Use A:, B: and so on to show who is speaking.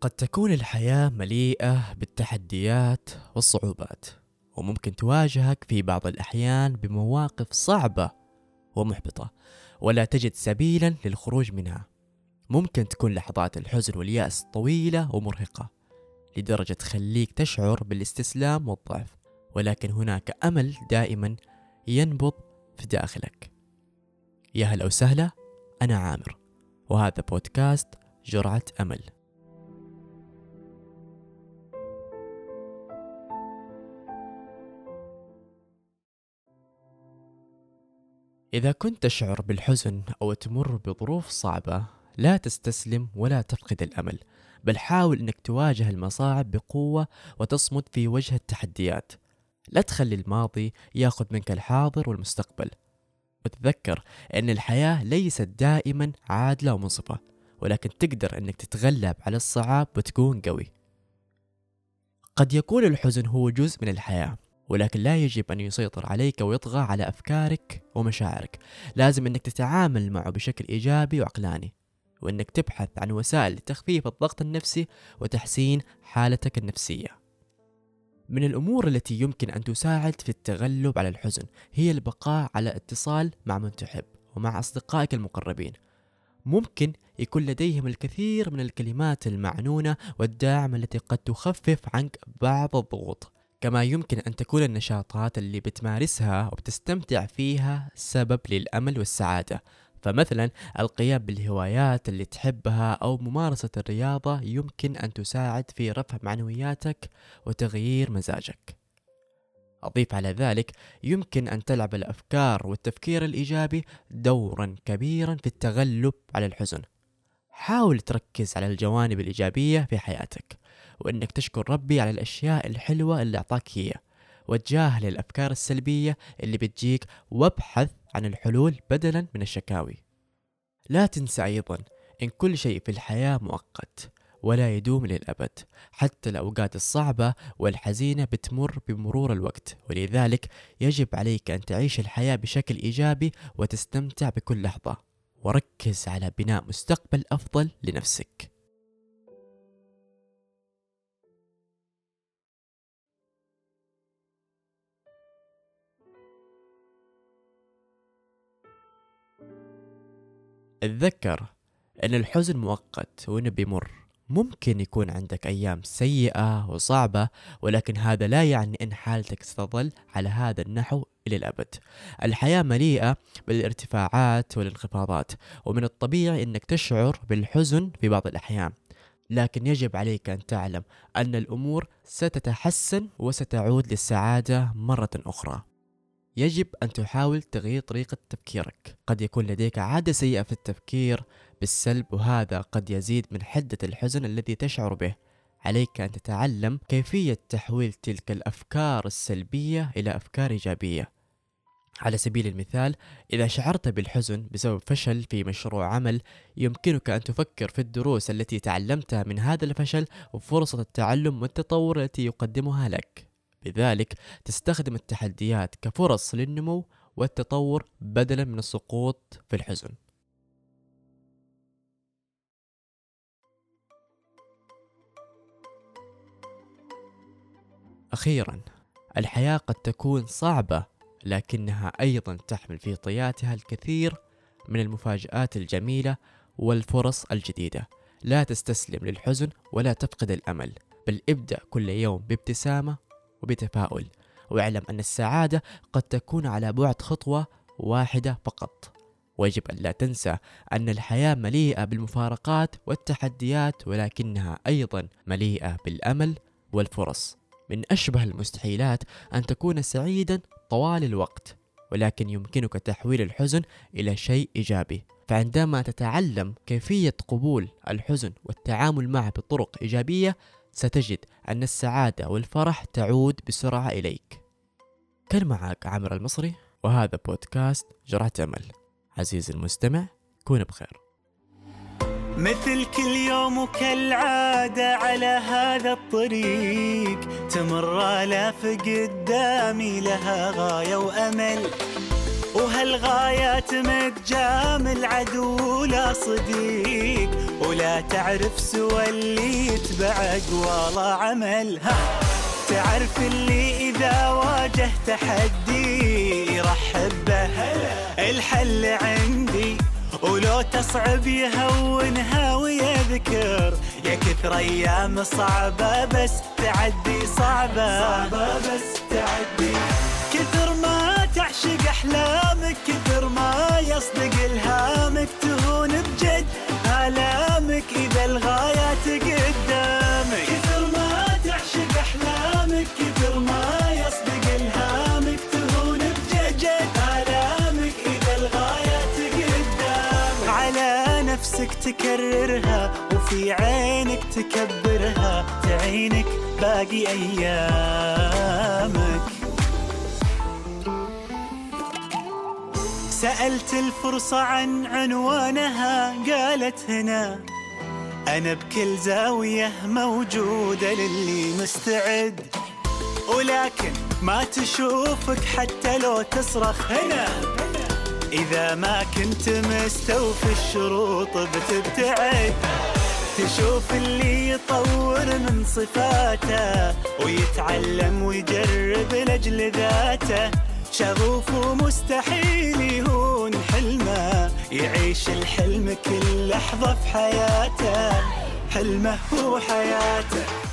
A: قد تكون الحياة مليئة بالتحديات والصعوبات، وممكن تواجهك في بعض الأحيان بمواقف صعبة ومحبطة ولا تجد سبيلا للخروج منها. ممكن تكون لحظات الحزن واليأس طويلة ومرهقة لدرجة تخليك تشعر بالاستسلام والضعف، ولكن هناك أمل دائما ينبض في داخلك. يا هلا وسهلا، أنا عامر وهذا بودكاست جرعة أمل. إذا كنت تشعر بالحزن أو تمر بظروف صعبة، لا تستسلم ولا تفقد الأمل، بل حاول أنك تواجه المصاعب بقوة وتصمد في وجه التحديات. لا تخلي الماضي ياخذ منك الحاضر والمستقبل، وتذكر أن الحياة ليست دائما عادلة ومنصفة، ولكن تقدر أنك تتغلب على الصعاب وتكون قوي. قد يكون الحزن هو جزء من الحياة، ولكن لا يجب أن يسيطر عليك ويطغى على أفكارك ومشاعرك. لازم أنك تتعامل معه بشكل إيجابي وعقلاني، وأنك تبحث عن وسائل لتخفيف الضغط النفسي وتحسين حالتك النفسية. من الأمور التي يمكن أن تساعد في التغلب على الحزن هي البقاء على اتصال مع من تحب ومع أصدقائك المقربين. ممكن يكون لديهم الكثير من الكلمات المعنونة والداعم التي قد تخفف عنك بعض الضغوط. كما يمكن أن تكون النشاطات اللي بتمارسها وبتستمتع فيها سبب للأمل والسعادة، فمثلا القيام بالهوايات اللي تحبها أو ممارسة الرياضة يمكن أن تساعد في رفع معنوياتك وتغيير مزاجك. أضيف على ذلك، يمكن أن تلعب الأفكار والتفكير الإيجابي دورا كبيرا في التغلب على الحزن. حاول تركز على الجوانب الإيجابية في حياتك، وأنك تشكر ربي على الأشياء الحلوة اللي أعطاك هي، وتجاهل الأفكار السلبية اللي بتجيك، وابحث عن الحلول بدلا من الشكاوي. لا تنسى أيضا إن كل شيء في الحياة مؤقت ولا يدوم للأبد. حتى الأوقات الصعبة والحزينة بتمر بمرور الوقت، ولذلك يجب عليك أن تعيش الحياة بشكل إيجابي وتستمتع بكل لحظة، وركز على بناء مستقبل أفضل لنفسك. اتذكر أن الحزن مؤقت وأنه بيمر. ممكن يكون عندك أيام سيئة وصعبة، ولكن هذا لا يعني أن حالتك ستظل على هذا النحو إلى الأبد. الحياة مليئة بالارتفاعات والانخفاضات، ومن الطبيعي أنك تشعر بالحزن في بعض الأحيان، لكن يجب عليك أن تعلم أن الأمور ستتحسن وستعود للسعادة مرة أخرى. يجب أن تحاول تغيير طريقة تفكيرك. قد يكون لديك عادة سيئة في التفكير بالسلب، وهذا قد يزيد من حدة الحزن الذي تشعر به. عليك أن تتعلم كيفية تحويل تلك الأفكار السلبية إلى أفكار إيجابية. على سبيل المثال، إذا شعرت بالحزن بسبب فشل في مشروع عمل، يمكنك أن تفكر في الدروس التي تعلمتها من هذا الفشل وفرصة التعلم والتطور التي يقدمها لك. بذلك تستخدم التحديات كفرص للنمو والتطور بدلا من السقوط في الحزن. أخيرا، الحياة قد تكون صعبة، لكنها أيضا تحمل في طياتها الكثير من المفاجآت الجميلة والفرص الجديدة. لا تستسلم للحزن ولا تفقد الأمل، بل ابدأ كل يوم بابتسامة وبتفاؤل، واعلم أن السعادة قد تكون على بعد خطوة واحدة فقط. ويجب أن لا تنسى أن الحياة مليئة بالمفارقات والتحديات، ولكنها أيضا مليئة بالأمل والفرص. من أشبه المستحيلات أن تكون سعيدا طوال الوقت، ولكن يمكنك تحويل الحزن إلى شيء إيجابي. فعندما تتعلم كيفية قبول الحزن والتعامل معه بطرق إيجابية، ستجد أن السعادة والفرح تعود بسرعة إليك. كان معك عامر المصري، وهذا بودكاست جرعة أمل. عزيزي المستمع، كون بخير.
B: مثل كل يوم وكالعادة على هذا الطريق تمر آلاف قدامي لها غاية وأمل، الغايات متجامل، عدو لا صديق، ولا تعرف سوى اللي يتبع أقوى عمل. تعرف اللي إذا واجه تحدي يرحب به، الحل عندي ولو تصعب يهونها ويذكر، يا كثر أيام صعبة بس تعدي، صعبة بس تعدي. كثر ما تعشق أحلامك، كثر ما يصدق إلهامك، تهون بجد آلامك إذا الغايات قدامك. كثر ما تعشق أحلامك، كثر ما يصدق إلهامك، تهون بجد آلامك إذا الغايات قدامك. على نفسك تكررها وفي عينك تكبرها، تعينك باقي أيامك. سألت الفرصة عن عنوانها، قالت هنا، أنا بكل زاوية موجودة للي مستعد، ولكن ما تشوفك حتى لو تصرخ هنا. إذا ما كنت مستوفي الشروط بتبتعد، تشوف اللي يطور من صفاته ويتعلم ويجرب لأجل ذاته، شغوف ومستحيل يهون حلمه، يعيش الحلم كل لحظة في حياته، حلمه هو حياته.